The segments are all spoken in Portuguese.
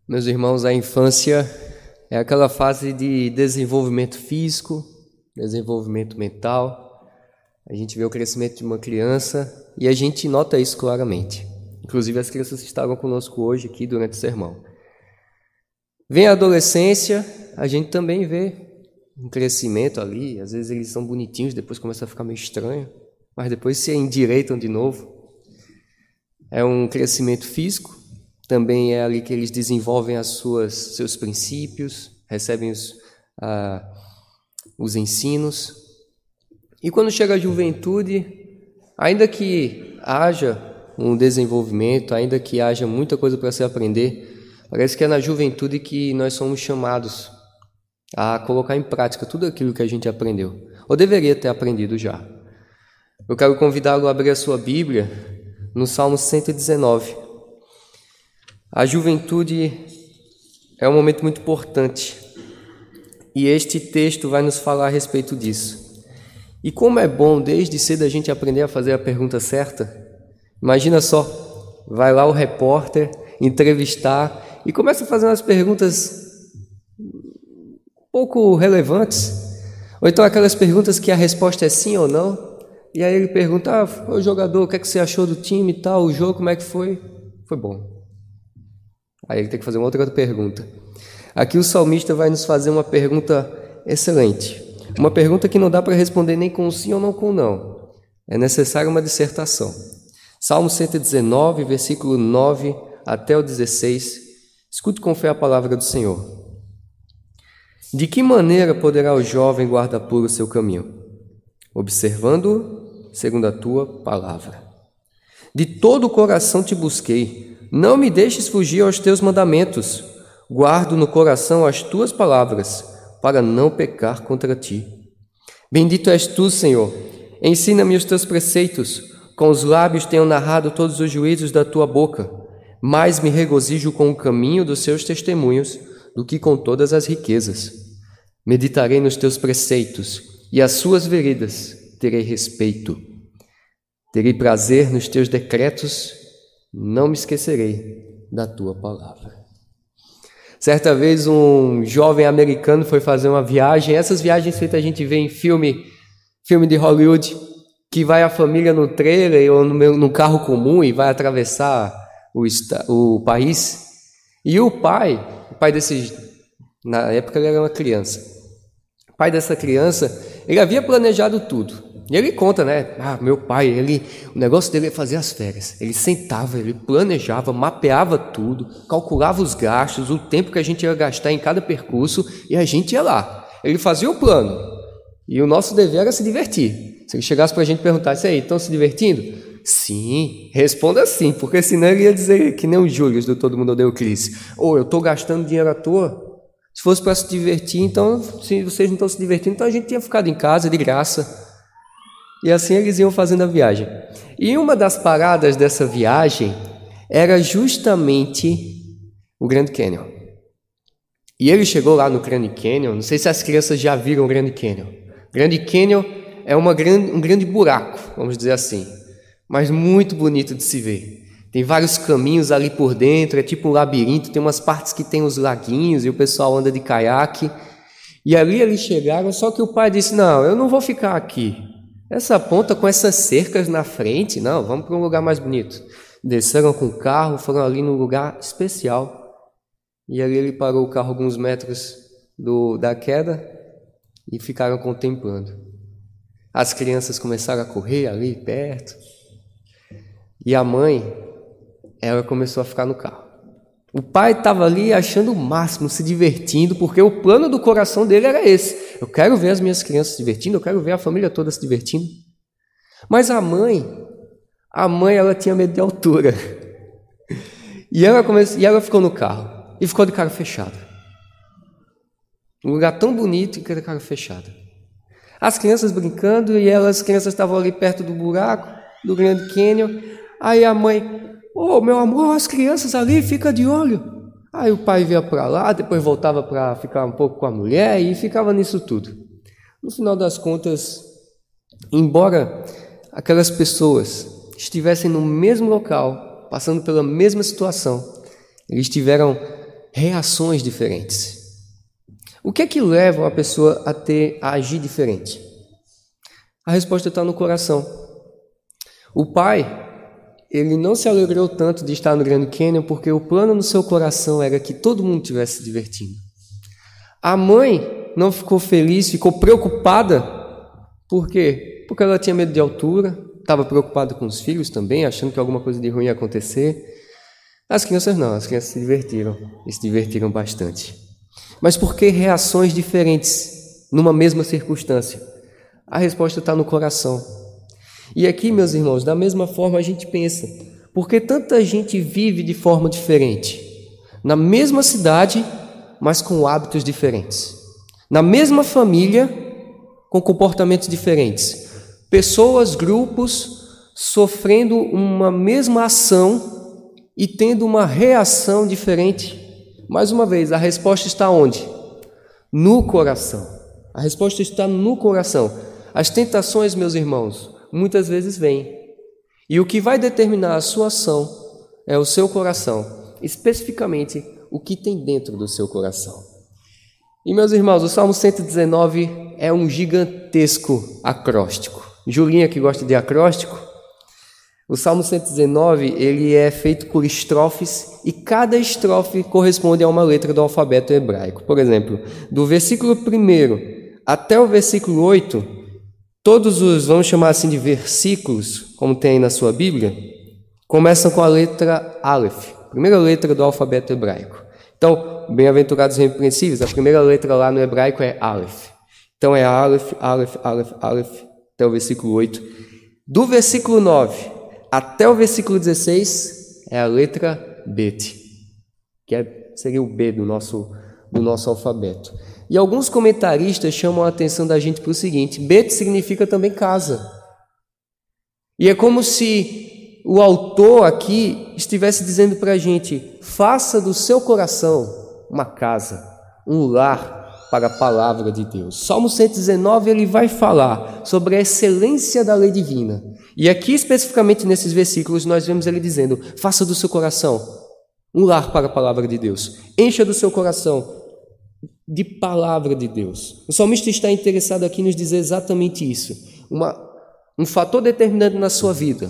Meus irmãos, a infância é aquela fase de desenvolvimento físico, desenvolvimento mental. A gente vê o crescimento de uma criança e a gente nota isso claramente. Inclusive, as crianças estavam conosco hoje aqui durante o sermão. Vem a adolescência, a gente também vê um crescimento ali. Às vezes eles são bonitinhos, depois começa a ficar meio estranho, mas depois se endireitam de novo. É um crescimento físico. Também é ali que eles desenvolvem seus princípios, recebem os ensinos. E quando chega a juventude, ainda que haja um desenvolvimento, ainda que haja muita coisa para se aprender, parece que é na juventude que nós somos chamados a colocar em prática tudo aquilo que a gente aprendeu, ou deveria ter aprendido já. Eu quero convidá-lo a abrir a sua Bíblia no Salmo 119. A juventude é um momento muito importante e este texto vai nos falar a respeito disso. E como é bom desde cedo a gente aprender a fazer a pergunta certa. Imagina só, vai lá o repórter entrevistar e começa a fazer umas perguntas pouco relevantes, ou então aquelas perguntas que a resposta é sim ou não, e aí ele pergunta, o jogador, o que é que você achou do time e tal, o jogo, como é que foi? Foi bom. Aí ele tem que fazer uma outra pergunta. Aqui o salmista vai nos fazer uma pergunta excelente. Uma pergunta que não dá para responder nem com sim ou não com não. É necessária uma dissertação. Salmo 119, versículo 9 até o 16. Escute com fé a palavra do Senhor. De que maneira poderá o jovem guardar puro o seu caminho? Observando-o segundo a tua palavra. De todo o coração te busquei. Não me deixes fugir aos teus mandamentos. Guardo no coração as tuas palavras, para não pecar contra ti. Bendito és tu, Senhor. Ensina-me os teus preceitos. Com os lábios tenho narrado todos os juízos da tua boca. Mais me regozijo com o caminho dos seus testemunhos do que com todas as riquezas. Meditarei nos teus preceitos, e às suas veredas terei respeito. Terei prazer nos teus decretos, não me esquecerei da tua palavra. Certa vez um jovem americano foi fazer uma viagem, essas viagens feitas a gente vê em filme de Hollywood, que vai a família no trailer ou no carro comum e vai atravessar o país. E o pai na época ele era uma criança, o pai dessa criança, ele havia planejado tudo. E ele conta, né? Meu pai, o negócio dele é fazer as férias. Ele sentava, ele planejava, mapeava tudo, calculava os gastos, o tempo que a gente ia gastar em cada percurso, e a gente ia lá. Ele fazia o plano. E o nosso dever era se divertir. Se ele chegasse para a gente perguntar, aí, estão se divertindo? Sim, responda sim, porque senão ele ia dizer que nem o Júlio do Todo Mundo Odeia o Chris. Eu estou gastando dinheiro à toa. Se fosse para se divertir, então, se vocês não estão se divertindo, então a gente tinha ficado em casa de graça. E assim eles iam fazendo a viagem. E uma das paradas dessa viagem era justamente o Grand Canyon. E ele chegou lá no Grand Canyon, não sei se as crianças já viram o Grand Canyon. Grand Canyon é um grande buraco, vamos dizer assim, mas muito bonito de se ver. Tem vários caminhos ali por dentro, é tipo um labirinto, tem umas partes que tem os laguinhos e o pessoal anda de caiaque. E ali eles chegaram, só que o pai disse, não, eu não vou ficar aqui. Essa ponta com essas cercas na frente, não, vamos para um lugar mais bonito. Desceram com o carro, foram ali num lugar especial. E ali ele parou o carro alguns metros da queda e ficaram contemplando. As crianças começaram a correr ali perto. E a mãe, ela começou a ficar no carro. O pai estava ali achando o máximo, se divertindo, porque o plano do coração dele era esse. Eu quero ver as minhas crianças se divertindo, eu quero ver a família toda se divertindo. Mas a mãe ela tinha medo de altura. E ela ficou no carro e ficou de cara fechada. Um lugar tão bonito que era de cara fechada. As crianças brincando e as crianças estavam ali perto do buraco, do Grand Canyon. Aí a mãe... meu amor, as crianças ali, fica de olho. Aí o pai ia para lá, depois voltava para ficar um pouco com a mulher e ficava nisso tudo. No final das contas, embora aquelas pessoas estivessem no mesmo local, passando pela mesma situação, eles tiveram reações diferentes. O que é que leva uma pessoa a agir diferente? A resposta está no coração. O pai, ele não se alegrou tanto de estar no Grand Canyon porque o plano no seu coração era que todo mundo estivesse se divertindo. A mãe não ficou feliz, ficou preocupada. Por quê? Porque ela tinha medo de altura, estava preocupada com os filhos também, achando que alguma coisa de ruim ia acontecer. As crianças não, as crianças se divertiram bastante. Mas por que reações diferentes numa mesma circunstância? A resposta está no coração. E aqui, meus irmãos, da mesma forma a gente pensa, por que tanta gente vive de forma diferente? Na mesma cidade, mas com hábitos diferentes. Na mesma família, com comportamentos diferentes. Pessoas, grupos, sofrendo uma mesma ação e tendo uma reação diferente. Mais uma vez, a resposta está onde? No coração. A resposta está no coração. As tentações, meus irmãos, muitas vezes vêm. E o que vai determinar a sua ação é o seu coração, especificamente o que tem dentro do seu coração. E, meus irmãos, o Salmo 119 é um gigantesco acróstico. Julinha, que gosta de acróstico, o Salmo 119 ele é feito por estrofes e cada estrofe corresponde a uma letra do alfabeto hebraico. Por exemplo, do versículo 1 até o versículo 8, todos os, vamos chamar assim de versículos, como tem aí na sua Bíblia, começam com a letra Aleph, primeira letra do alfabeto hebraico. Então, bem-aventurados e irrepreensíveis, a primeira letra lá no hebraico é Aleph. Então é Aleph, Aleph, Aleph, Aleph, até o versículo 8. Do versículo 9 até o versículo 16 é a letra Bet, que seria o B do nosso alfabeto. E alguns comentaristas chamam a atenção da gente para o seguinte: Bet significa também casa. E é como se o autor aqui estivesse dizendo para a gente: faça do seu coração uma casa, um lar para a palavra de Deus. Salmo 119 ele vai falar sobre a excelência da lei divina. E aqui especificamente nesses versículos nós vemos ele dizendo: faça do seu coração um lar para a palavra de Deus. Encha do seu coração de palavra de Deus. O salmista está interessado aqui em nos dizer exatamente isso. Um fator determinante na sua vida.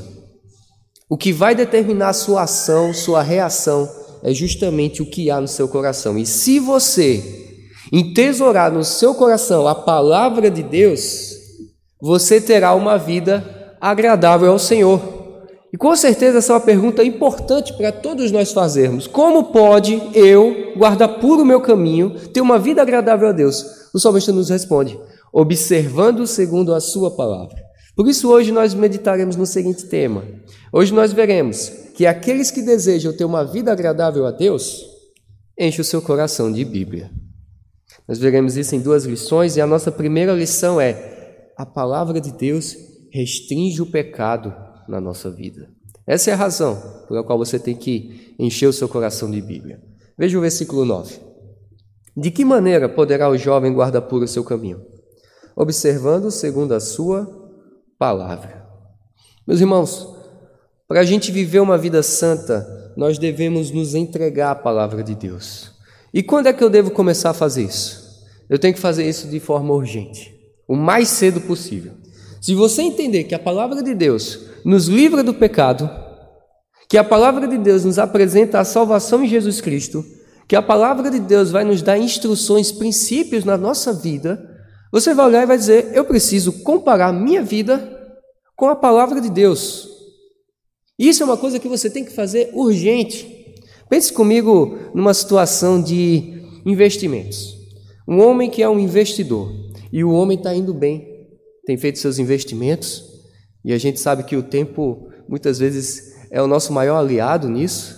O que vai determinar a sua ação, sua reação, é justamente o que há no seu coração. E se você entesourar no seu coração a palavra de Deus, você terá uma vida agradável ao Senhor. E com certeza essa é uma pergunta importante para todos nós fazermos. Como pode eu, guardar puro o meu caminho, ter uma vida agradável a Deus? O salmista nos responde: observando segundo a sua palavra. Por isso hoje nós meditaremos no seguinte tema. Hoje nós veremos que aqueles que desejam ter uma vida agradável a Deus, enchem o seu coração de Bíblia. Nós veremos isso em 2 lições, e a nossa primeira lição é: a palavra de Deus restringe o pecado na nossa vida. Essa é a razão pela qual você tem que encher o seu coração de Bíblia. Veja o versículo 9. De que maneira poderá o jovem guardar puro o seu caminho? Observando segundo a sua palavra. Meus irmãos, para a gente viver uma vida santa, nós devemos nos entregar à palavra de Deus. E quando é que eu devo começar a fazer isso? Eu tenho que fazer isso de forma urgente, o mais cedo possível. Se você entender que a palavra de Deus nos livra do pecado, que a palavra de Deus nos apresenta a salvação em Jesus Cristo, que a palavra de Deus vai nos dar instruções, princípios na nossa vida, você vai olhar e vai dizer: eu preciso comparar minha vida com a palavra de Deus. Isso é uma coisa que você tem que fazer urgente. Pense comigo numa situação de investimentos. Um homem que é um investidor, e o homem está indo bem, tem feito seus investimentos, e a gente sabe que o tempo, muitas vezes, é o nosso maior aliado nisso.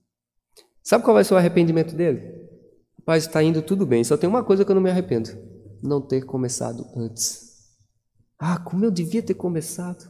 Sabe qual vai ser o arrependimento dele? Rapaz, está indo tudo bem, só tem uma coisa que eu não me arrependo: não ter começado antes. Ah, como eu devia ter começado.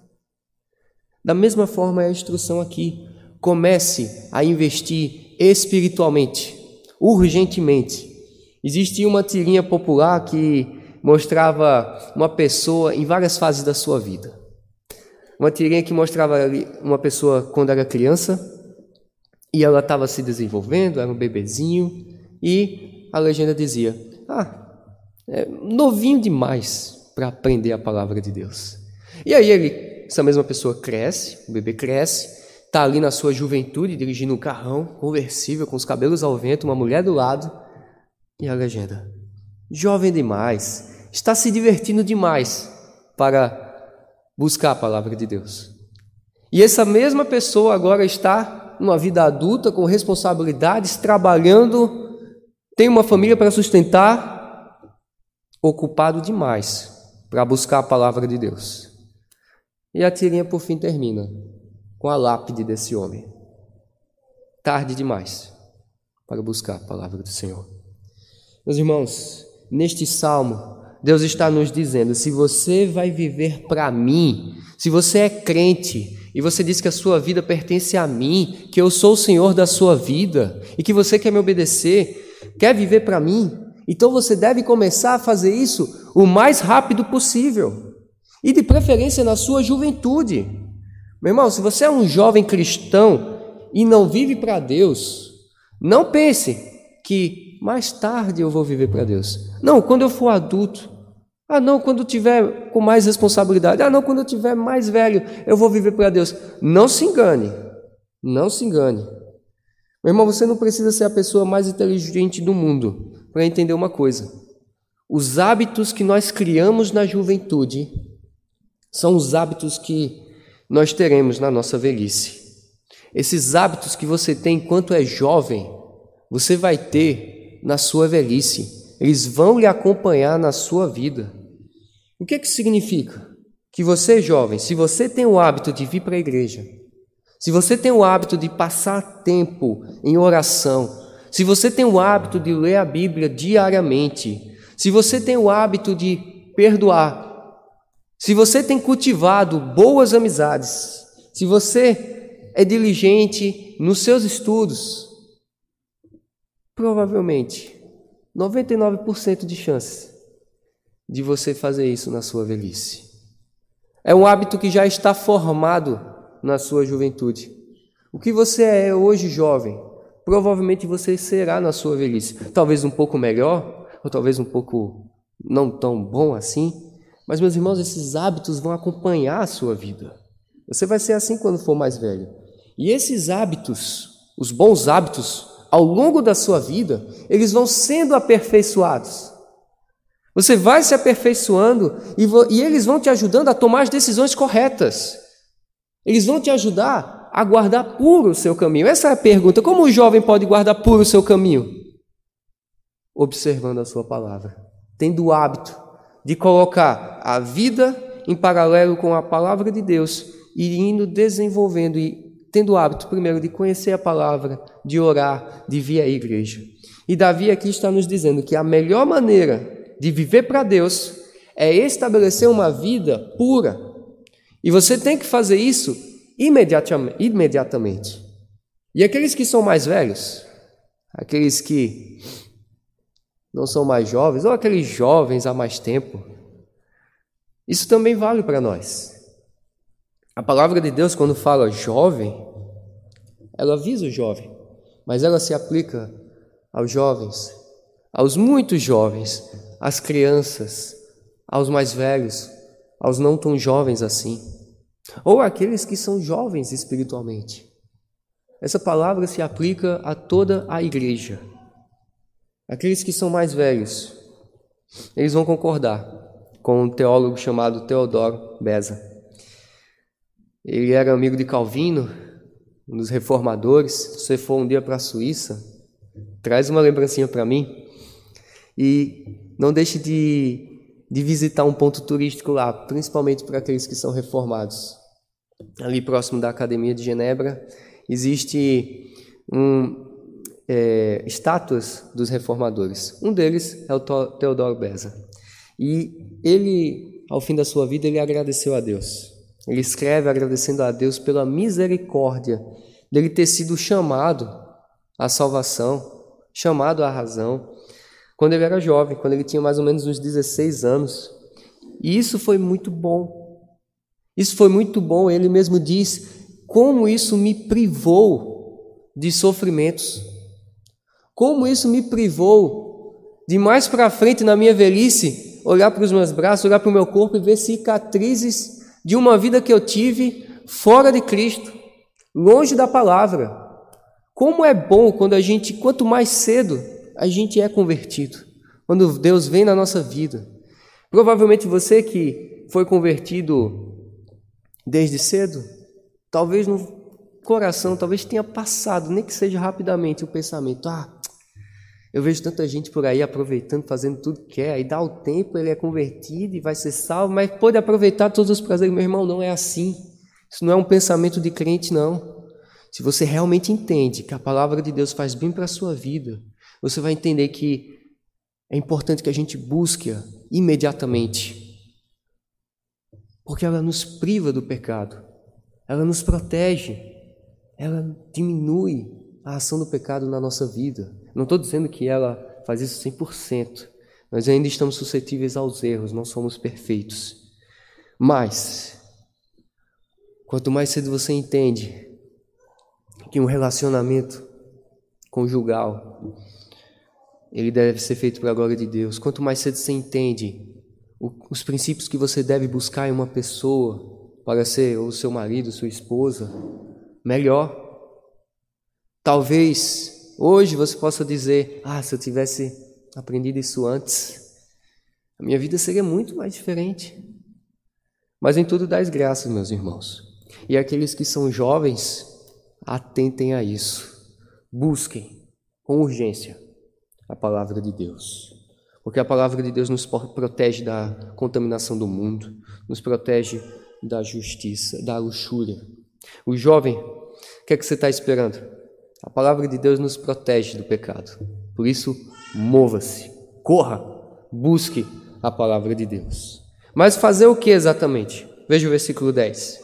Da mesma forma é a instrução aqui: comece a investir espiritualmente, urgentemente. Existia uma tirinha popular que mostrava uma pessoa em várias fases da sua vida. Uma tirinha que mostrava uma pessoa quando era criança, e ela estava se desenvolvendo, era um bebezinho, e a legenda dizia: é novinho demais para aprender a palavra de Deus. E aí essa mesma pessoa cresce, o bebê cresce, está ali na sua juventude, dirigindo um carrão conversível, com os cabelos ao vento, uma mulher do lado, e a legenda: jovem demais, está se divertindo demais para buscar a palavra de Deus. E essa mesma pessoa agora está numa vida adulta, com responsabilidades, trabalhando, tem uma família para sustentar, ocupado demais para buscar a palavra de Deus. E a tirinha, por fim, termina com a lápide desse homem. Tarde demais para buscar a palavra do Senhor. Meus irmãos, neste salmo, Deus está nos dizendo: se você vai viver para mim, se você é crente e você diz que a sua vida pertence a mim, que eu sou o Senhor da sua vida e que você quer me obedecer, quer viver para mim, então você deve começar a fazer isso o mais rápido possível e de preferência na sua juventude. Meu irmão, se você é um jovem cristão e não vive para Deus, não pense que mais tarde eu vou viver para Deus. Não, quando eu for adulto. Não, quando eu tiver com mais responsabilidade. Não, quando eu tiver mais velho, eu vou viver para Deus. Não se engane. Não se engane. Meu irmão, você não precisa ser a pessoa mais inteligente do mundo para entender uma coisa. Os hábitos que nós criamos na juventude são os hábitos que nós teremos na nossa velhice. Esses hábitos que você tem enquanto é jovem, você vai ter na sua velhice. Eles vão lhe acompanhar na sua vida. O que significa? Que você, jovem, se você tem o hábito de vir para a igreja, se você tem o hábito de passar tempo em oração, se você tem o hábito de ler a Bíblia diariamente, se você tem o hábito de perdoar, se você tem cultivado boas amizades, se você é diligente nos seus estudos, provavelmente 99% de chances de você fazer isso na sua velhice. É um hábito que já está formado na sua juventude. O que você é hoje, jovem, provavelmente você será na sua velhice. Talvez um pouco melhor, ou talvez um pouco não tão bom assim. Mas, meus irmãos, esses hábitos vão acompanhar a sua vida. Você vai ser assim quando for mais velho. E esses hábitos, os bons hábitos, ao longo da sua vida, eles vão sendo aperfeiçoados. Você vai se aperfeiçoando e eles vão te ajudando a tomar as decisões corretas. Eles vão te ajudar a guardar puro o seu caminho. Essa é a pergunta: como o jovem pode guardar puro o seu caminho? Observando a sua palavra, tendo o hábito de colocar a vida em paralelo com a palavra de Deus e indo desenvolvendo e tendo o hábito, primeiro, de conhecer a palavra, de orar, de vir à igreja. E Davi aqui está nos dizendo que a melhor maneira de viver para Deus é estabelecer uma vida pura. E você tem que fazer isso imediatamente. E aqueles que são mais velhos, aqueles que não são mais jovens, ou aqueles jovens há mais tempo, isso também vale para nós. A palavra de Deus, quando fala jovem, ela visa o jovem, mas ela se aplica aos jovens, aos muito jovens, às crianças, aos mais velhos, aos não tão jovens assim, ou àqueles que são jovens espiritualmente. Essa palavra se aplica a toda a igreja. Aqueles que são mais velhos, eles vão concordar com um teólogo chamado Teodoro Beza. Ele era amigo de Calvino, um dos reformadores. Se você for um dia para a Suíça, traz uma lembrancinha para mim. E não deixe de visitar um ponto turístico lá, principalmente para aqueles que são reformados. Ali próximo da Academia de Genebra, existe estátuas dos reformadores. Um deles é o Teodoro Beza. E ele, ao fim da sua vida, ele agradeceu a Deus. Ele escreve agradecendo a Deus pela misericórdia dele ter sido chamado à salvação, chamado à razão, quando ele era jovem, quando ele tinha mais ou menos uns 16 anos. E isso foi muito bom. Isso foi muito bom. Ele mesmo diz: como isso me privou de sofrimentos. Como isso me privou de mais para frente na minha velhice, olhar para os meus braços, olhar para o meu corpo e ver cicatrizes de uma vida que eu tive fora de Cristo, longe da palavra. Como é bom quanto mais cedo a gente é convertido, quando Deus vem na nossa vida. Provavelmente você que foi convertido desde cedo, talvez no coração, talvez tenha passado, nem que seja rapidamente, o pensamento: eu vejo tanta gente por aí aproveitando, fazendo tudo que quer, aí dá o tempo, ele é convertido e vai ser salvo, mas pode aproveitar todos os prazeres. Meu irmão, não é assim. Isso não é um pensamento de crente, não. Se você realmente entende que a palavra de Deus faz bem para a sua vida, você vai entender que é importante que a gente busque-a imediatamente, porque ela nos priva do pecado, ela nos protege, ela diminui a ação do pecado na nossa vida. Não estou dizendo que ela faz isso 100%, nós ainda estamos suscetíveis aos erros, não somos perfeitos. Mas, quanto mais cedo você entende que um relacionamento conjugal, ele deve ser feito para a glória de Deus, quanto mais cedo você entende os princípios que você deve buscar em uma pessoa para ser ou seu marido, sua esposa, melhor. Talvez hoje você possa dizer: se eu tivesse aprendido isso antes, a minha vida seria muito mais diferente. Mas em tudo dás graças, meus irmãos. E aqueles que são jovens, atentem a isso. Busquem com urgência a palavra de Deus. Porque a palavra de Deus nos protege da contaminação do mundo, nos protege da justiça, da luxúria. O jovem, o que é que você está esperando? A palavra de Deus nos protege do pecado. Por isso, mova-se, corra, busque a palavra de Deus. Mas fazer o que exatamente? Veja o versículo 10.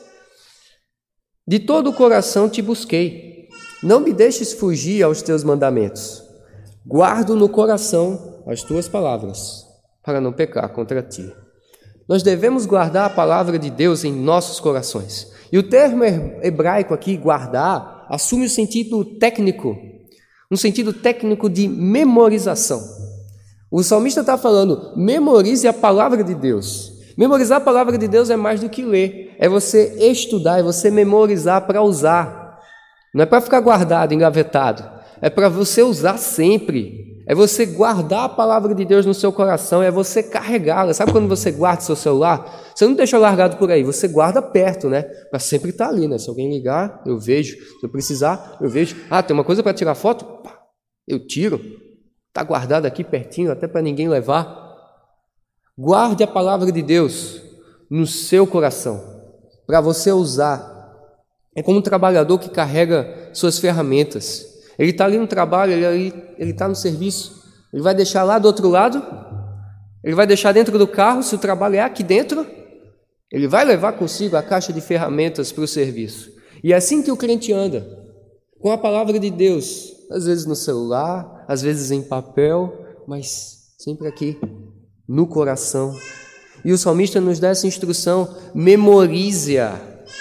De todo o coração te busquei, não me deixes fugir aos teus mandamentos. Guardo no coração as tuas palavras, para não pecar contra ti. Nós devemos guardar a palavra de Deus em nossos corações. E o termo hebraico aqui, guardar, assume o sentido técnico, um sentido técnico de memorização. O salmista está falando: memorize a palavra de Deus. Memorizar a palavra de Deus é mais do que ler, é você estudar, é você memorizar para usar. Não é para ficar guardado, engavetado, é para você usar sempre. É você guardar a palavra de Deus no seu coração, é você carregá-la. Sabe quando você guarda seu celular? Você não deixa largado por aí, você guarda perto, né? Para sempre estar ali, né? Se alguém ligar, eu vejo. Se eu precisar, eu vejo. Tem uma coisa para tirar foto? Eu tiro. Está guardado aqui pertinho, até para ninguém levar. Guarde a palavra de Deus no seu coração, para você usar. É como um trabalhador que carrega suas ferramentas. Ele está ali no trabalho, ele está no serviço. Ele vai deixar lá do outro lado? Ele vai deixar dentro do carro, se o trabalho é aqui dentro? Ele vai levar consigo a caixa de ferramentas para o serviço. E é assim que o crente anda, com a palavra de Deus, às vezes no celular, às vezes em papel, mas sempre aqui, no coração. E o salmista nos dá essa instrução: memorize-a,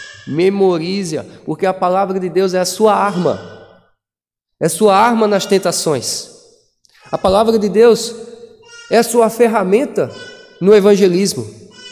porque a palavra de Deus é a sua arma. É sua arma nas tentações. A palavra de Deus é a sua ferramenta no evangelismo.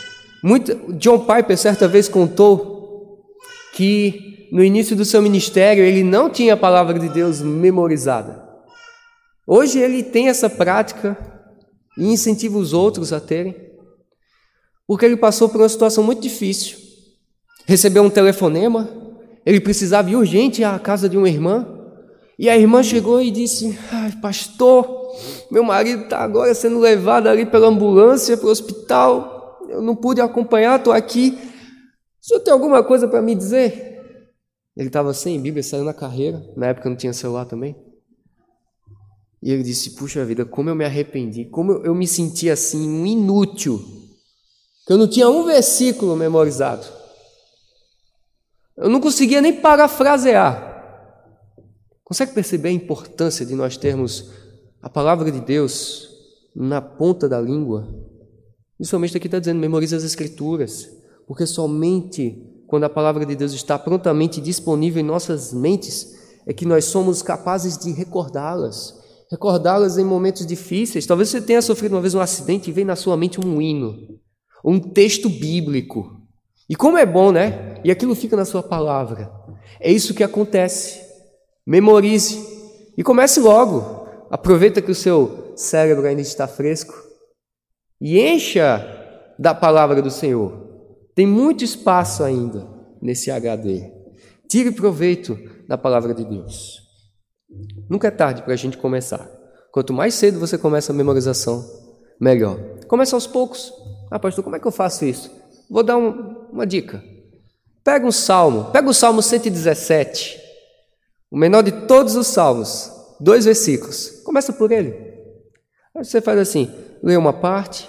John Piper certa vez contou que no início do seu ministério ele não tinha a palavra de Deus memorizada. Hoje ele tem essa prática e incentiva os outros a terem, porque ele passou por uma situação muito difícil. Recebeu um telefonema, ele precisava ir urgente à casa de uma irmã. E a irmã chegou e disse: pastor, meu marido está agora sendo levado ali pela ambulância para o hospital, eu não pude acompanhar, estou aqui, o senhor tem alguma coisa para me dizer? Ele estava sem Bíblia, saiu na carreira, na época não tinha celular também. E ele disse: puxa vida, como eu me arrependi, como eu me senti assim, um inútil, que eu não tinha um versículo memorizado, eu não conseguia nem parafrasear. Consegue perceber a importância de nós termos a palavra de Deus na ponta da língua? Principalmente aqui está dizendo: memorize as Escrituras, porque somente quando a palavra de Deus está prontamente disponível em nossas mentes é que nós somos capazes de recordá-las, recordá-las em momentos difíceis. Talvez você tenha sofrido uma vez um acidente e vem na sua mente um hino, um texto bíblico. E como é bom, né? E aquilo fica na sua palavra. É isso que acontece. Memorize e comece logo. Aproveita que o seu cérebro ainda está fresco e encha da palavra do Senhor. Tem muito espaço ainda nesse HD. Tire proveito da palavra de Deus. Nunca é tarde para a gente começar. Quanto mais cedo você começa a memorização, melhor. Começa aos poucos. Pastor, como é que eu faço isso? Vou dar uma dica. Pega o Salmo 117, o menor de todos os salmos, 2 versículos. Começa por ele. Aí você faz assim, lê uma parte,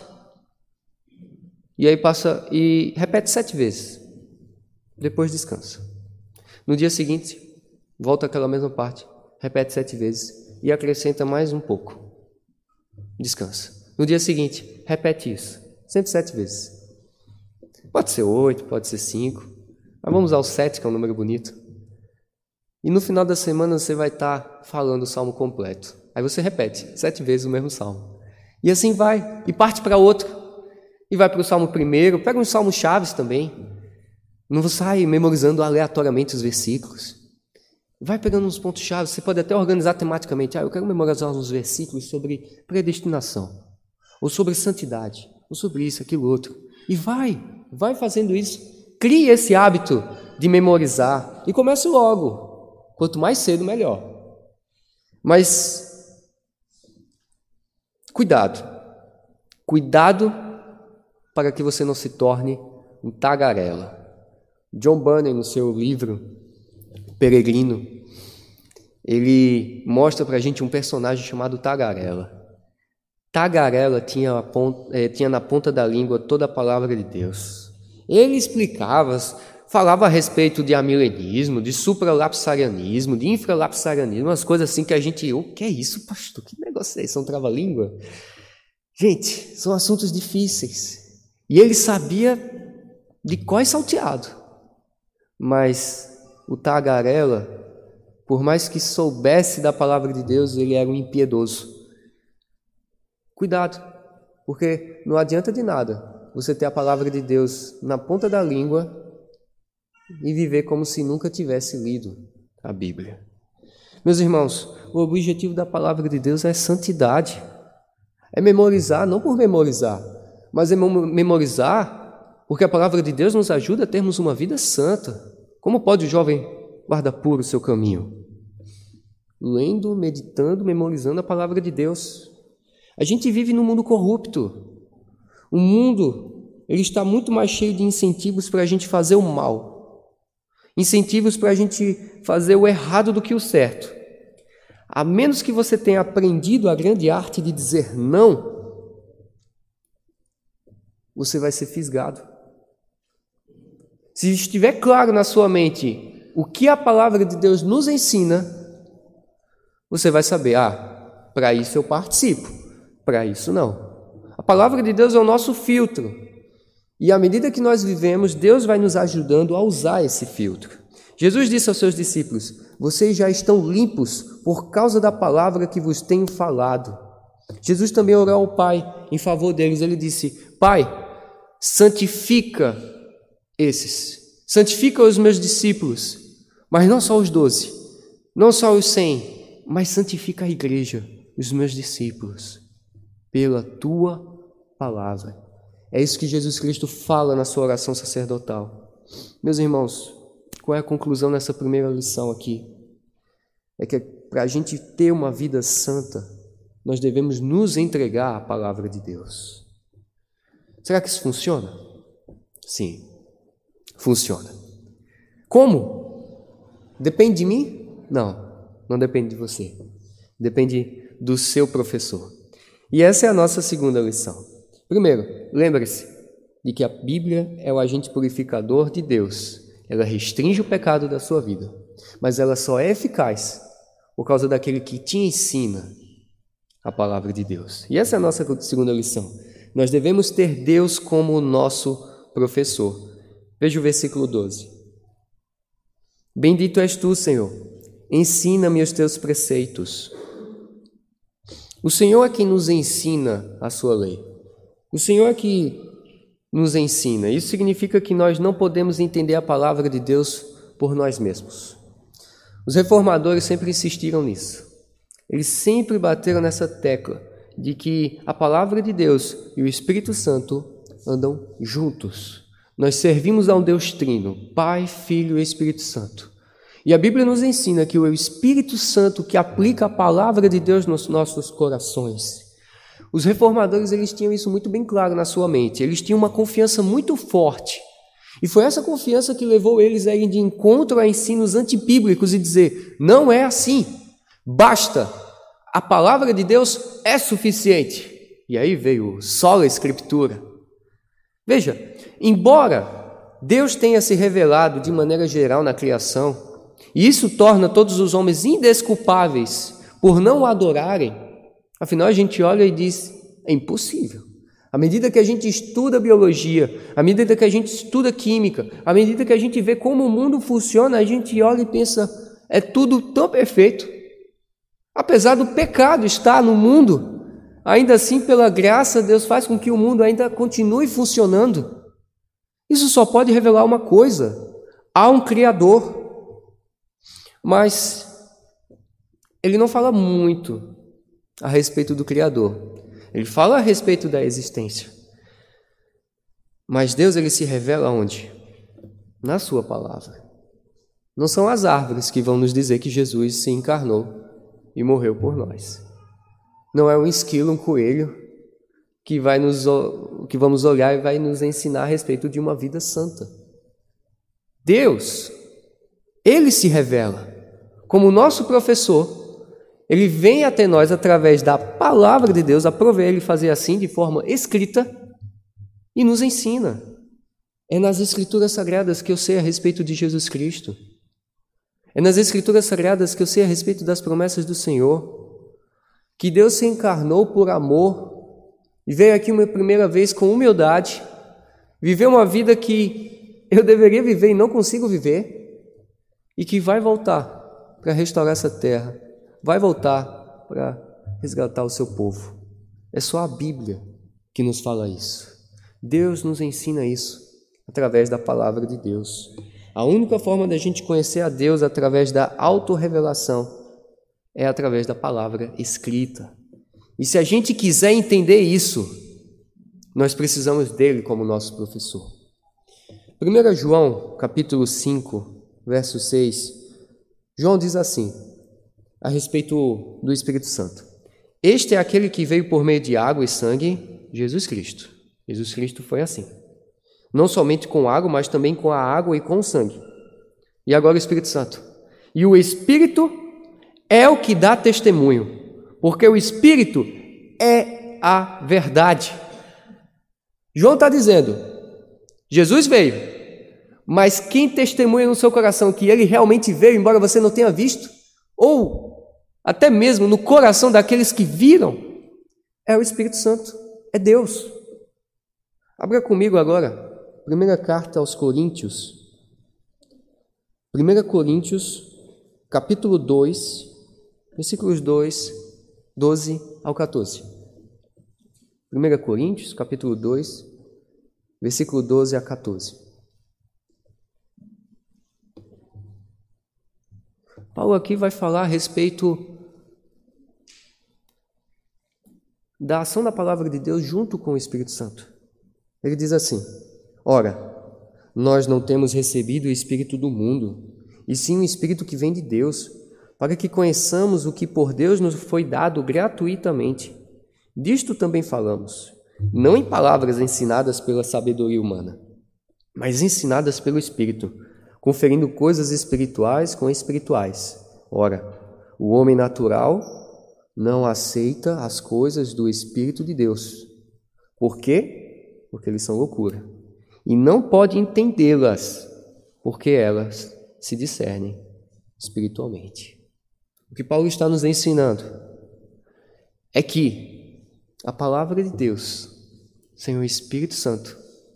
e aí passa e repete 7 vezes. Depois descansa. No dia seguinte, volta àquela mesma parte, repete 7 vezes e acrescenta mais um pouco. Descansa. No dia seguinte, repete isso, sempre 7 vezes. Pode ser 8, pode ser 5, mas vamos ao 7, que é um número bonito. E no final da semana você vai estar falando o salmo completo. Aí você repete 7 vezes o mesmo salmo. E assim vai, e parte para outro. E vai para o salmo primeiro, pega uns salmos chaves também. Não sai memorizando aleatoriamente os versículos. Vai pegando uns pontos chaves, você pode até organizar tematicamente. Eu quero memorizar uns versículos sobre predestinação, ou sobre santidade, ou sobre isso, aquilo, outro. E vai fazendo isso. Crie esse hábito de memorizar e comece logo. Quanto mais cedo, melhor. Mas, cuidado para que você não se torne um tagarela. John Bunyan, no seu livro Peregrino, ele mostra para a gente um personagem chamado Tagarela. Tagarela tinha na ponta da língua toda a palavra de Deus. Ele falava a respeito de amilenismo, de supralapsarianismo, de infralapsarianismo, umas coisas assim que a gente... O que é isso, pastor? Que negócio é isso? São trava-língua? Gente, são assuntos difíceis. E ele sabia de cor e salteado. Mas o tagarela, por mais que soubesse da palavra de Deus, ele era um impiedoso. Cuidado, porque não adianta de nada você ter a palavra de Deus na ponta da língua e viver como se nunca tivesse lido a Bíblia. Meus irmãos, o objetivo da palavra de Deus é santidade. É memorizar, não por memorizar, mas é memorizar porque a palavra de Deus nos ajuda a termos uma vida santa. Como pode o jovem guardar puro o seu caminho? Lendo, meditando, memorizando a palavra de Deus. A gente vive num mundo corrupto. O mundo, ele está muito mais cheio de incentivos para a gente fazer o mal. Incentivos para a gente fazer o errado do que o certo. A menos que você tenha aprendido a grande arte de dizer não, você vai ser fisgado. Se estiver claro na sua mente o que a palavra de Deus nos ensina, você vai saber, para isso eu participo, para isso não. A palavra de Deus é o nosso filtro. E à medida que nós vivemos, Deus vai nos ajudando a usar esse filtro. Jesus disse aos seus discípulos, vocês já estão limpos por causa da palavra que vos tenho falado. Jesus também orou ao Pai em favor deles. Ele disse, Pai, santifica os meus discípulos, mas não só os 12, não só os 100, mas santifica a igreja, os meus discípulos, pela tua palavra. É isso que Jesus Cristo fala na sua oração sacerdotal. Meus irmãos, qual é a conclusão nessa primeira lição aqui? É que para a gente ter uma vida santa, nós devemos nos entregar à palavra de Deus. Será que isso funciona? Sim, funciona. Como? Depende de mim? Não depende de você. Depende do seu professor. E essa é a nossa segunda lição. Primeiro, lembre-se de que a Bíblia é o agente purificador de Deus. Ela restringe o pecado da sua vida, mas ela só é eficaz por causa daquele que te ensina a palavra de Deus. E essa é a nossa segunda lição. Nós devemos ter Deus como o nosso professor. Veja o versículo 12. Bendito és tu, Senhor, ensina-me os teus preceitos. O Senhor é quem nos ensina a sua lei. O Senhor é que nos ensina. Isso significa que nós não podemos entender a palavra de Deus por nós mesmos. Os reformadores sempre insistiram nisso. Eles sempre bateram nessa tecla de que a palavra de Deus e o Espírito Santo andam juntos. Nós servimos a um Deus trino, Pai, Filho e Espírito Santo. E a Bíblia nos ensina que o Espírito Santo que aplica a palavra de Deus nos nossos corações. Os reformadores, eles tinham isso muito bem claro na sua mente. Eles tinham uma confiança muito forte. E foi essa confiança que levou eles a ir de encontro a ensinos antibíblicos e dizer, não é assim, basta, a palavra de Deus é suficiente. E aí veio sola Escritura. Veja, embora Deus tenha se revelado de maneira geral na criação, e isso torna todos os homens indesculpáveis por não o adorarem, afinal a gente olha e diz, é impossível. À medida que a gente estuda biologia, à medida que a gente estuda química, à medida que a gente vê como o mundo funciona, a gente olha e pensa, é tudo tão perfeito. Apesar do pecado estar no mundo, ainda assim, pela graça, Deus faz com que o mundo ainda continue funcionando. Isso só pode revelar uma coisa, há um Criador. Mas ele não fala muito a respeito do Criador. Ele fala a respeito da existência. Mas Deus, ele se revela onde? Na sua palavra. Não são as árvores que vão nos dizer que Jesus se encarnou e morreu por nós. Não é um esquilo, um coelho, que vamos olhar e vai nos ensinar a respeito de uma vida santa. Deus, ele se revela como nosso professor. Ele vem até nós através da palavra de Deus, aprove ele fazer assim de forma escrita e nos ensina. É nas Escrituras Sagradas que eu sei a respeito de Jesus Cristo. É nas Escrituras Sagradas que eu sei a respeito das promessas do Senhor. Que Deus se encarnou por amor e veio aqui uma primeira vez com humildade, viveu uma vida que eu deveria viver e não consigo viver, e que vai voltar para restaurar essa terra. Vai voltar para resgatar o seu povo. É só a Bíblia que nos fala isso. Deus nos ensina isso através da palavra de Deus. A única forma da gente conhecer a Deus através da autorrevelação é através da palavra escrita. E se a gente quiser entender isso, nós precisamos dele como nosso professor. 1 João, capítulo 5, verso 6, João diz assim, a respeito do Espírito Santo. Este é aquele que veio por meio de água e sangue, Jesus Cristo. Jesus Cristo foi assim. Não somente com água, mas também com a água e com o sangue. E agora o Espírito Santo. E o Espírito é o que dá testemunho, porque o Espírito é a verdade. João está dizendo, Jesus veio, mas quem testemunha no seu coração que ele realmente veio, embora você não tenha visto, ou até mesmo no coração daqueles que viram, é o Espírito Santo, é Deus. Abra comigo agora, primeira carta aos Coríntios, 1 Coríntios, capítulo 2, versículos 12 ao 14. 1 Coríntios, capítulo 2, versículo 12 a 14. Paulo aqui vai falar a respeito da ação da palavra de Deus junto com o Espírito Santo. Ele diz assim, ora, nós não temos recebido o Espírito do mundo, e sim o Espírito que vem de Deus, para que conheçamos o que por Deus nos foi dado gratuitamente. Disto também falamos, não em palavras ensinadas pela sabedoria humana, mas ensinadas pelo Espírito, conferindo coisas espirituais com espirituais. Ora, o homem natural não aceita as coisas do Espírito de Deus. Por quê? Porque eles são loucura. E não pode entendê-las, porque elas se discernem espiritualmente. O que Paulo está nos ensinando é que a palavra de Deus, sem o Espírito Santo,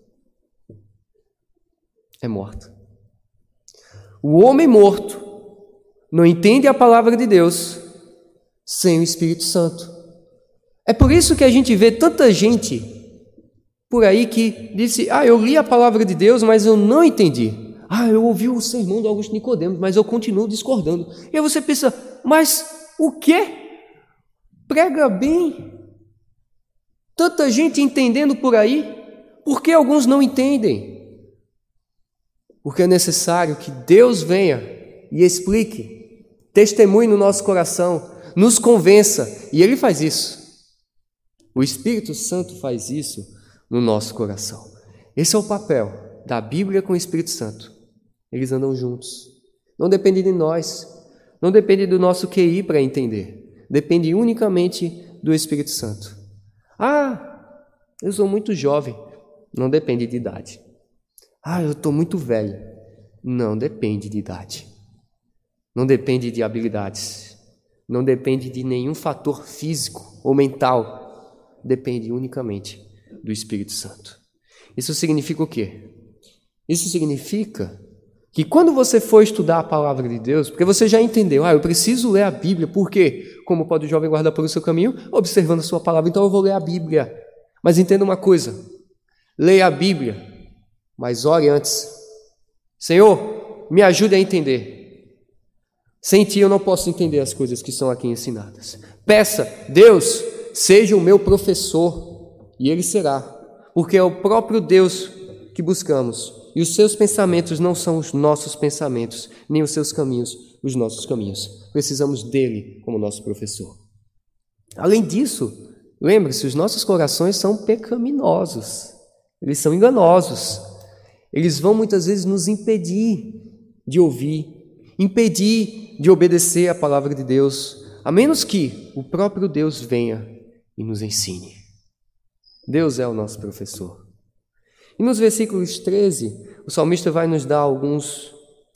é morta. O homem morto não entende a palavra de Deus sem o Espírito Santo. É por isso que a gente vê tanta gente por aí que disse: eu li a palavra de Deus, mas eu não entendi. Eu ouvi o sermão do Augusto Nicodemos, mas eu continuo discordando. E aí você pensa: mas o quê? Prega bem. Tanta gente entendendo por aí, por que alguns não entendem? Porque é necessário que Deus venha e explique, testemunhe no nosso coração, nos convença, e Ele faz isso. O Espírito Santo faz isso no nosso coração. Esse é o papel da Bíblia com o Espírito Santo. Eles andam juntos. Não depende de nós, não depende do nosso QI para entender. Depende unicamente do Espírito Santo. Eu sou muito jovem. Não depende de idade. Eu estou muito velho. Não depende de idade. Não depende de habilidades. Não depende de nenhum fator físico ou mental. Depende unicamente do Espírito Santo. Isso significa o quê? Isso significa que quando você for estudar a palavra de Deus, porque você já entendeu, eu preciso ler a Bíblia, por quê? Como pode o jovem guardar pelo seu caminho? Observando a sua palavra, então eu vou ler a Bíblia. Mas entenda uma coisa, leia a Bíblia, mas ore antes. Senhor, me ajude a entender. Sem ti eu não posso entender as coisas que são aqui ensinadas. Peça, Deus, seja o meu professor, e Ele será, porque é o próprio Deus que buscamos. E os seus pensamentos não são os nossos pensamentos, nem os seus caminhos, os nossos caminhos. Precisamos dele como nosso professor. Além disso, lembre-se, os nossos corações são pecaminosos. Eles são enganosos. Eles vão muitas vezes nos impedir de ouvir, impedir de obedecer a palavra de Deus, a menos que o próprio Deus venha e nos ensine. Deus é o nosso professor. E nos versículos 13, o salmista vai nos dar alguns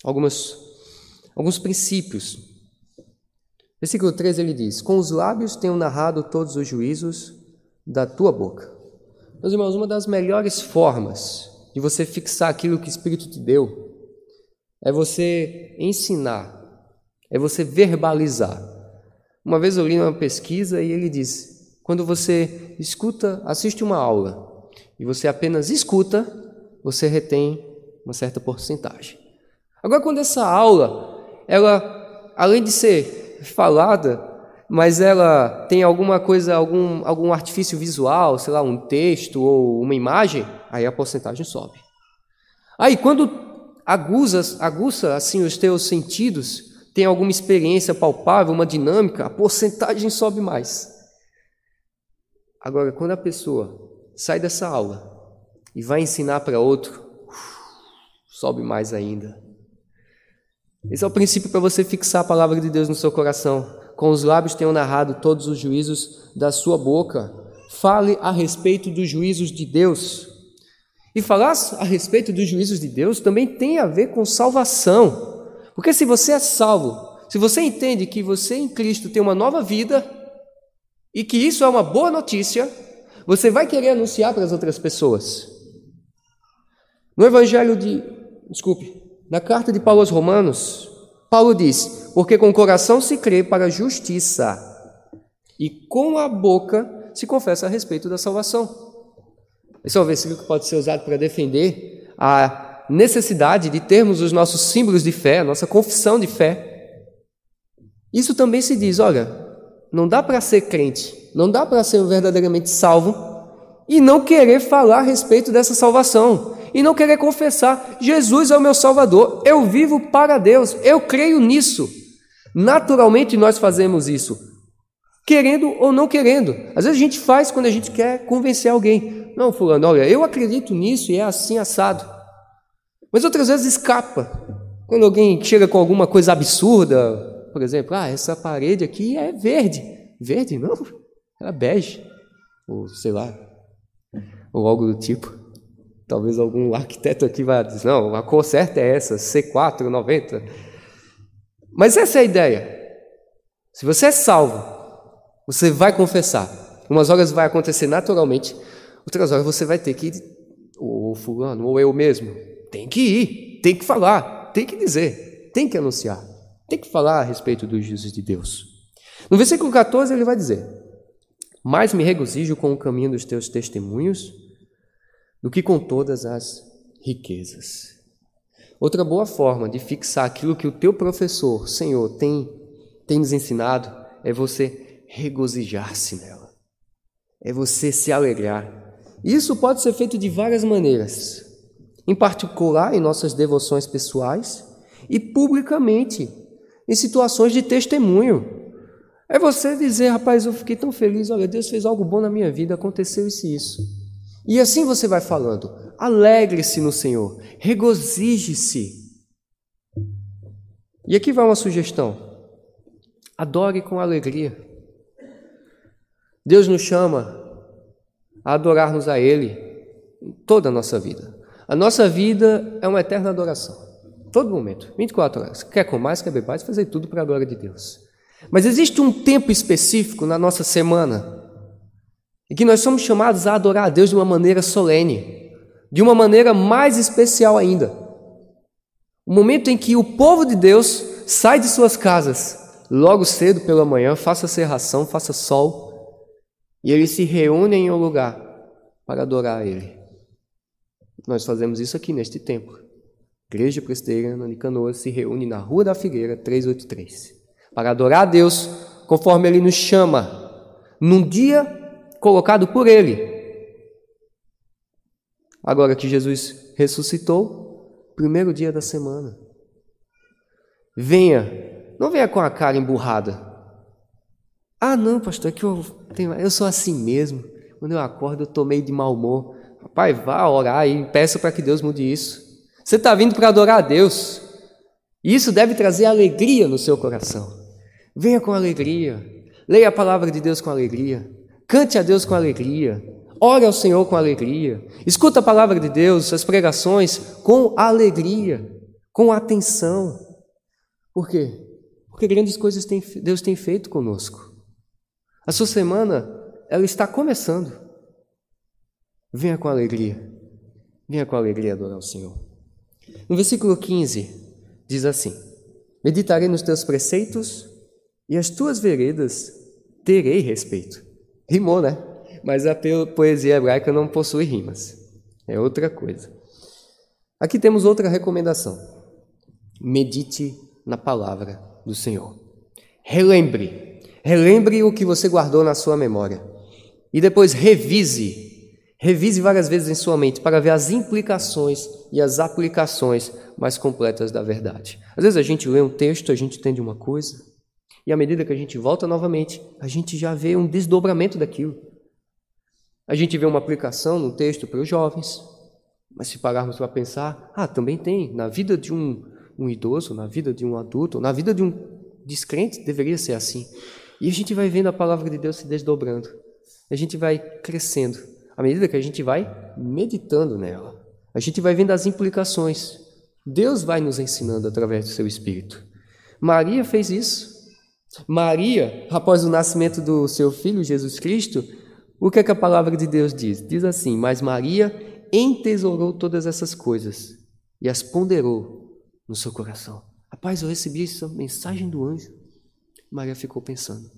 princípios. Versículo 13 ele diz: com os lábios tenho narrado todos os juízos da tua boca. Meus irmãos, uma das melhores formas de você fixar aquilo que o Espírito te deu é você ensinar, é você verbalizar. Uma vez eu li uma pesquisa e ele diz: quando você assiste uma aula e você apenas escuta, você retém uma certa porcentagem. Agora, quando essa aula, ela, além de ser falada, mas ela tem alguma coisa, algum artifício visual, sei lá, um texto ou uma imagem, aí a porcentagem sobe. Aí, quando aguça assim os teus sentidos, tem alguma experiência palpável, uma dinâmica, a porcentagem sobe mais. Agora, quando a pessoa sai dessa aula e vai ensinar para outro, sobe mais ainda. Esse é o princípio para você fixar a palavra de Deus no seu coração. Com os lábios tenho narrado todos os juízos da sua boca. Fale a respeito dos juízos de Deus. E falar a respeito dos juízos de Deus também tem a ver com salvação. Porque se você é salvo, se você entende que você em Cristo tem uma nova vida e que isso é uma boa notícia, você vai querer anunciar para as outras pessoas. Na carta de Paulo aos Romanos, Paulo diz: porque com o coração se crê para a justiça e com a boca se confessa a respeito da salvação. Esse é um versículo que pode ser usado para defender a necessidade de termos os nossos símbolos de fé, a nossa confissão de fé. Isso também se diz, olha, não dá para ser crente, não dá para ser verdadeiramente salvo e não querer falar a respeito dessa salvação, e não querer confessar: Jesus é o meu Salvador, eu vivo para Deus, eu creio nisso. Naturalmente nós fazemos isso, querendo ou não querendo. Às vezes a gente faz quando a gente quer convencer alguém. Não, fulano, olha, eu acredito nisso e é assim assado. Mas outras vezes escapa. Quando alguém chega com alguma coisa absurda, por exemplo, essa parede aqui é verde. Verde? Não, ela é bege. Ou sei lá, ou algo do tipo. Talvez algum arquiteto aqui vai dizer: não, a cor certa é essa, C4, 90. Mas essa é a ideia. Se você é salvo, você vai confessar. Umas horas vai acontecer naturalmente, outras horas você vai ter que ir, ou fulano, ou eu mesmo, tem que ir, tem que falar, tem que dizer, tem que anunciar, tem que falar a respeito dos juízos de Deus. No versículo 14 ele vai dizer: Mais me regozijo com o caminho dos teus testemunhos do que com todas as riquezas. Outra boa forma de fixar aquilo que o teu professor, Senhor, tem nos ensinado é você regozijar-se nela. É você se alegrar. Isso pode ser feito de várias maneiras. Em particular, em nossas devoções pessoais e publicamente, em situações de testemunho. É você dizer, rapaz, eu fiquei tão feliz, olha, Deus fez algo bom na minha vida, aconteceu isso. E assim você vai falando, alegre-se no Senhor, regozije-se. E aqui vai uma sugestão, adore com alegria. Deus nos chama a adorarmos a Ele em toda a nossa vida. A nossa vida é uma eterna adoração, todo momento, 24 horas. Quer comer, quer beber, fazer tudo para a glória de Deus. Mas existe um tempo específico na nossa semana em que nós somos chamados a adorar a Deus de uma maneira solene, de uma maneira mais especial ainda. O momento em que o povo de Deus sai de suas casas, logo cedo pela manhã, faça cerração, faça sol, e eles se reúnem em um lugar para adorar a Ele. Nós fazemos isso aqui neste templo. Igreja Presbiteriana de Canoas se reúne na Rua da Figueira, 383, para adorar a Deus conforme Ele nos chama, num dia colocado por Ele. Agora que Jesus ressuscitou, primeiro dia da semana. Não venha com a cara emburrada. Ah, não, pastor, é que eu sou assim mesmo. Quando eu acordo, eu estou meio de mau humor. Rapaz, vá orar e peça para que Deus mude isso. Você está vindo para adorar a Deus. E isso deve trazer alegria no seu coração. Venha com alegria. Leia a palavra de Deus com alegria. Cante a Deus com alegria. Ore ao Senhor com alegria. Escuta a palavra de Deus, as pregações com alegria, com atenção. Por quê? Porque grandes coisas Deus tem feito conosco. A sua semana, ela está começando. Venha com alegria. Venha com alegria adorar o Senhor. No versículo 15, diz assim: meditarei nos teus preceitos e as tuas veredas terei respeito. Rimou, né? Mas a poesia hebraica não possui rimas. É outra coisa. Aqui temos outra recomendação. Medite na palavra do Senhor. Relembre o que você guardou na sua memória. E depois revise várias vezes em sua mente para ver as implicações e as aplicações mais completas da verdade. Às vezes a gente lê um texto, a gente entende uma coisa, e à medida que a gente volta novamente, a gente já vê um desdobramento daquilo. A gente vê uma aplicação no texto para os jovens, mas se pararmos para pensar, também tem na vida de um idoso, na vida de um adulto, na vida de um descrente, deveria ser assim. E a gente vai vendo a palavra de Deus se desdobrando. A gente vai crescendo. À medida que a gente vai meditando nela, a gente vai vendo as implicações. Deus vai nos ensinando através do seu Espírito. Maria fez isso. Maria, após o nascimento do seu filho Jesus Cristo, o que é que a palavra de Deus diz? Diz assim: mas Maria entesourou todas essas coisas e as ponderou no seu coração. Rapaz, eu recebi essa mensagem do anjo. Maria ficou pensando.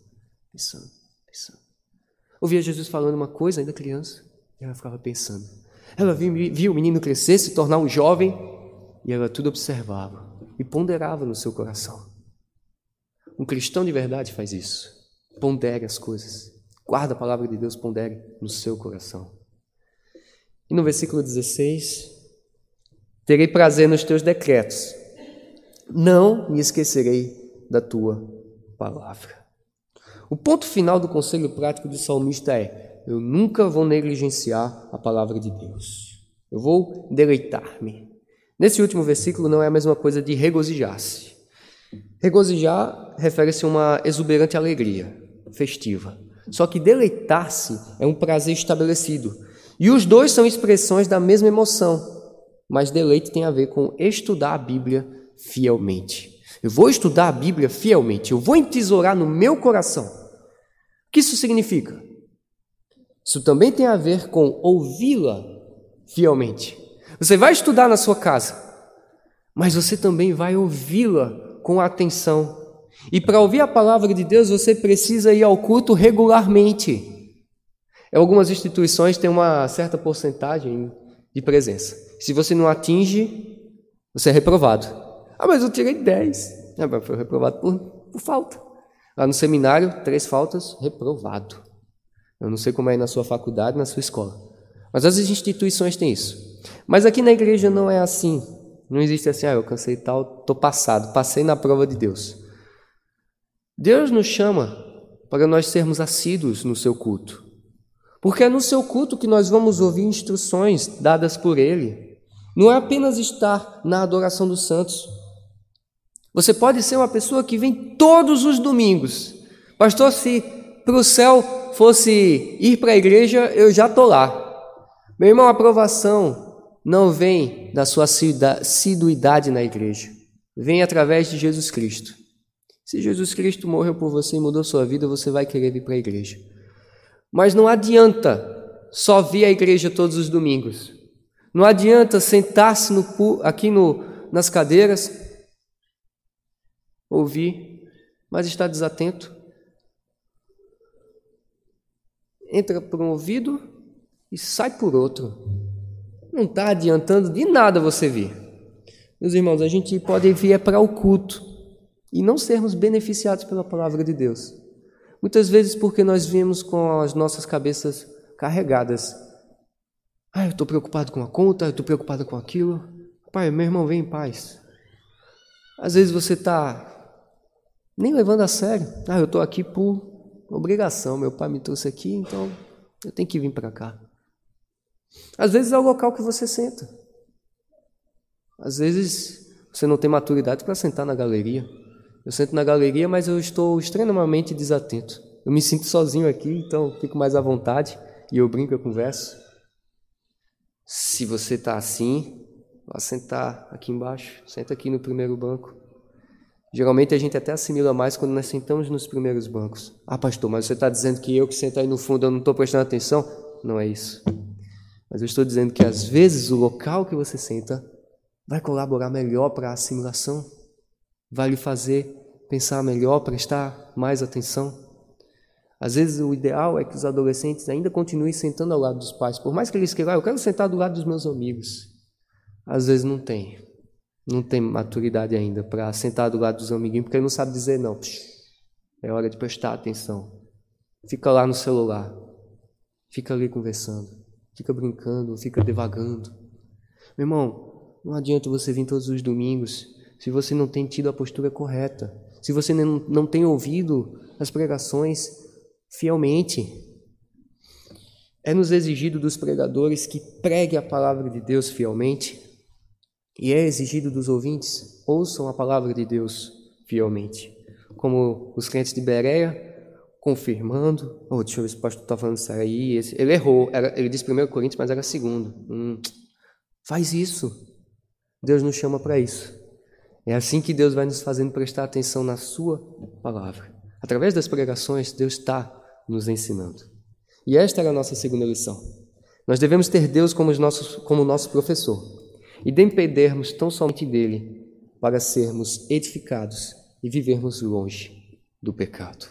Ouvia Jesus falando uma coisa, ainda criança, e ela ficava pensando. Ela viu o menino crescer, se tornar um jovem, e ela tudo observava e ponderava no seu coração. Um cristão de verdade faz isso. Pondere as coisas. Guarda a palavra de Deus, pondere no seu coração. E no versículo 16, terei prazer nos teus decretos. Não me esquecerei da tua palavra. O ponto final do conselho prático do salmista é: eu nunca vou negligenciar a palavra de Deus. Eu vou deleitar-me. Nesse último versículo não é a mesma coisa de regozijar-se. Regozijar refere-se a uma exuberante alegria festiva. Só que deleitar-se é um prazer estabelecido. E os dois são expressões da mesma emoção. Mas deleite tem a ver com estudar a Bíblia fielmente. Eu vou estudar a Bíblia fielmente. Eu vou entesourar no meu coração. O que isso significa? Isso também tem a ver com ouvi-la fielmente. Você vai estudar na sua casa, mas você também vai ouvi-la com atenção. E para ouvir a palavra de Deus, você precisa ir ao culto regularmente. Algumas instituições têm uma certa porcentagem de presença. Se você não atinge, você é reprovado. Ah, mas eu tirei 10. Ah, mas foi reprovado por falta. Lá no seminário, 3 faltas, reprovado. Eu não sei como é na sua faculdade, na sua escola. Mas as instituições têm isso. Mas aqui na igreja não é assim. Não existe assim, eu cansei tal, estou passado, passei na prova de Deus. Deus nos chama para nós sermos assíduos no seu culto. Porque é no seu culto que nós vamos ouvir instruções dadas por Ele. Não é apenas estar na adoração dos santos. Você pode ser uma pessoa que vem todos os domingos. Pastor, se para o céu fosse ir para a igreja, eu já estou lá. Meu irmão, a aprovação não vem da sua assiduidade na igreja. Vem através de Jesus Cristo. Se Jesus Cristo morreu por você e mudou sua vida, você vai querer vir para a igreja. Mas não adianta só vir à igreja todos os domingos. Não adianta sentar-se aqui nas cadeiras, ouvir, mas estar desatento. Entra por um ouvido e sai por outro. Não está adiantando de nada você vir. Meus irmãos, a gente pode vir para o culto e não sermos beneficiados pela palavra de Deus. Muitas vezes porque nós viemos com as nossas cabeças carregadas. Eu estou preocupado com a conta, eu estou preocupado com aquilo. Pai, meu irmão, vem em paz. Às vezes você está nem levando a sério. Eu estou aqui por obrigação, meu pai me trouxe aqui, então eu tenho que vir para cá. Às vezes é o local que você senta. Às vezes você não tem maturidade para sentar na galeria. Eu sento na galeria, mas eu estou extremamente desatento. Eu me sinto sozinho aqui, então fico mais à vontade e eu brinco, eu converso. Se você está assim, vá sentar aqui embaixo, senta aqui no primeiro banco. Geralmente a gente até assimila mais quando nós sentamos nos primeiros bancos. Pastor, mas você está dizendo que eu que sento aí no fundo eu não estou prestando atenção? Não é isso. Mas eu estou dizendo que às vezes o local que você senta vai colaborar melhor para a assimilação. Vai lhe fazer pensar melhor, prestar mais atenção. Às vezes o ideal é que os adolescentes ainda continuem sentando ao lado dos pais. Por mais que eles queiram, eu quero sentar do lado dos meus amigos. Às vezes não tem maturidade ainda para sentar do lado dos amiguinhos, porque ele não sabe dizer não. É hora de prestar atenção. Fica lá no celular, fica ali conversando, fica brincando, fica devagando. Meu irmão, não adianta você vir todos os domingos se você não tem tido a postura correta, se você não tem ouvido as pregações fielmente. É nos exigido dos pregadores que pregue a palavra de Deus fielmente, e é exigido dos ouvintes, ouçam a palavra de Deus fielmente. Como os crentes de Bereia, confirmando, deixa eu ver se o pastor está falando isso aí, ele errou, ele disse 1 Coríntios, mas era 2. Faz isso, Deus nos chama para isso. É assim que Deus vai nos fazendo prestar atenção na sua palavra. Através das pregações, Deus está nos ensinando. E esta era a nossa segunda lição. Nós devemos ter Deus como nosso professor e dependermos tão somente dele para sermos edificados e vivermos longe do pecado.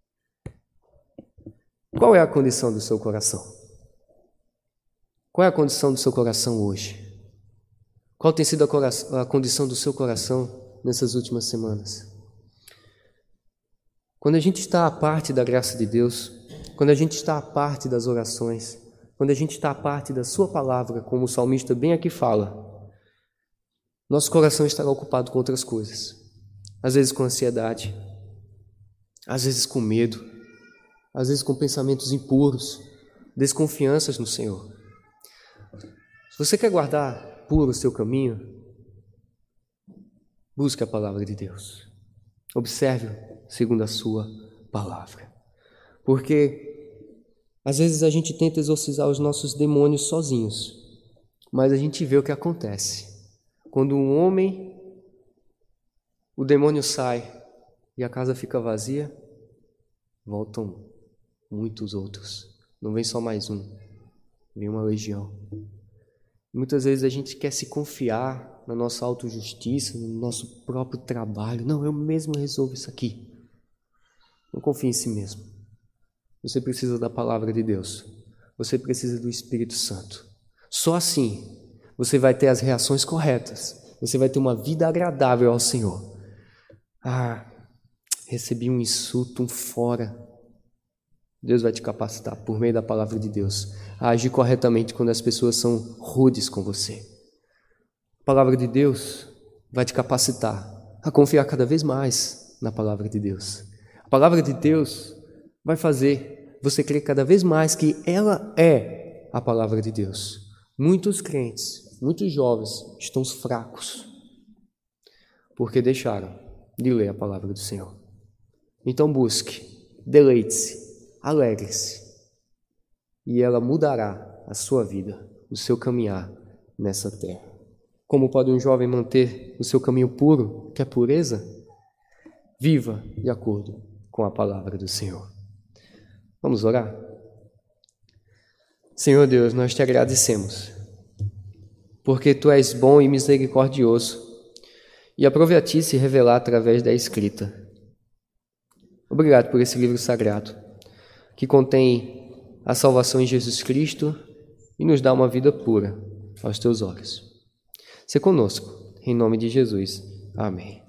Qual é a condição do seu coração? Qual é a condição do seu coração hoje? Qual tem sido a condição do seu coração nessas últimas semanas? Quando a gente está à parte da graça de Deus, quando a gente está à parte das orações, quando a gente está à parte da sua palavra, como o salmista bem aqui fala, nosso coração estará ocupado com outras coisas. Às vezes com ansiedade, às vezes com medo, às vezes com pensamentos impuros, desconfianças no Senhor. Se você quer guardar puro o seu caminho, busque a palavra de Deus. Observe segundo a sua palavra. Porque às vezes a gente tenta exorcizar os nossos demônios sozinhos, mas a gente vê o que acontece. Quando um homem, o demônio sai e a casa fica vazia, voltam muitos outros. Não vem só mais um, vem uma legião. Muitas vezes a gente quer se confiar na nossa autojustiça, no nosso próprio trabalho. Não, eu mesmo resolvo isso aqui. Não confie em si mesmo. Você precisa da palavra de Deus. você precisa do Espírito Santo. Só assim você vai ter as reações corretas. Você vai ter uma vida agradável ao Senhor. Recebi um insulto, um fora. Deus vai te capacitar por meio da palavra de Deus a agir corretamente quando as pessoas são rudes com você. A palavra de Deus vai te capacitar a confiar cada vez mais na palavra de Deus. A palavra de Deus vai fazer você crer cada vez mais que ela é a palavra de Deus. Muitos crentes, muitos jovens estão fracos porque deixaram de ler a palavra do Senhor. Então busque, deleite-se, alegre-se e ela mudará a sua vida, o seu caminhar nessa terra. Como pode um jovem manter o seu caminho puro, que é pureza? Viva de acordo com a palavra do Senhor. Vamos orar? Senhor Deus, nós te agradecemos, porque Tu és bom e misericordioso, e aprove a Ti se revelar através da escrita. Obrigado por esse livro sagrado, que contém a salvação em Jesus Cristo e nos dá uma vida pura aos Teus olhos. Se conosco, em nome de Jesus. Amém.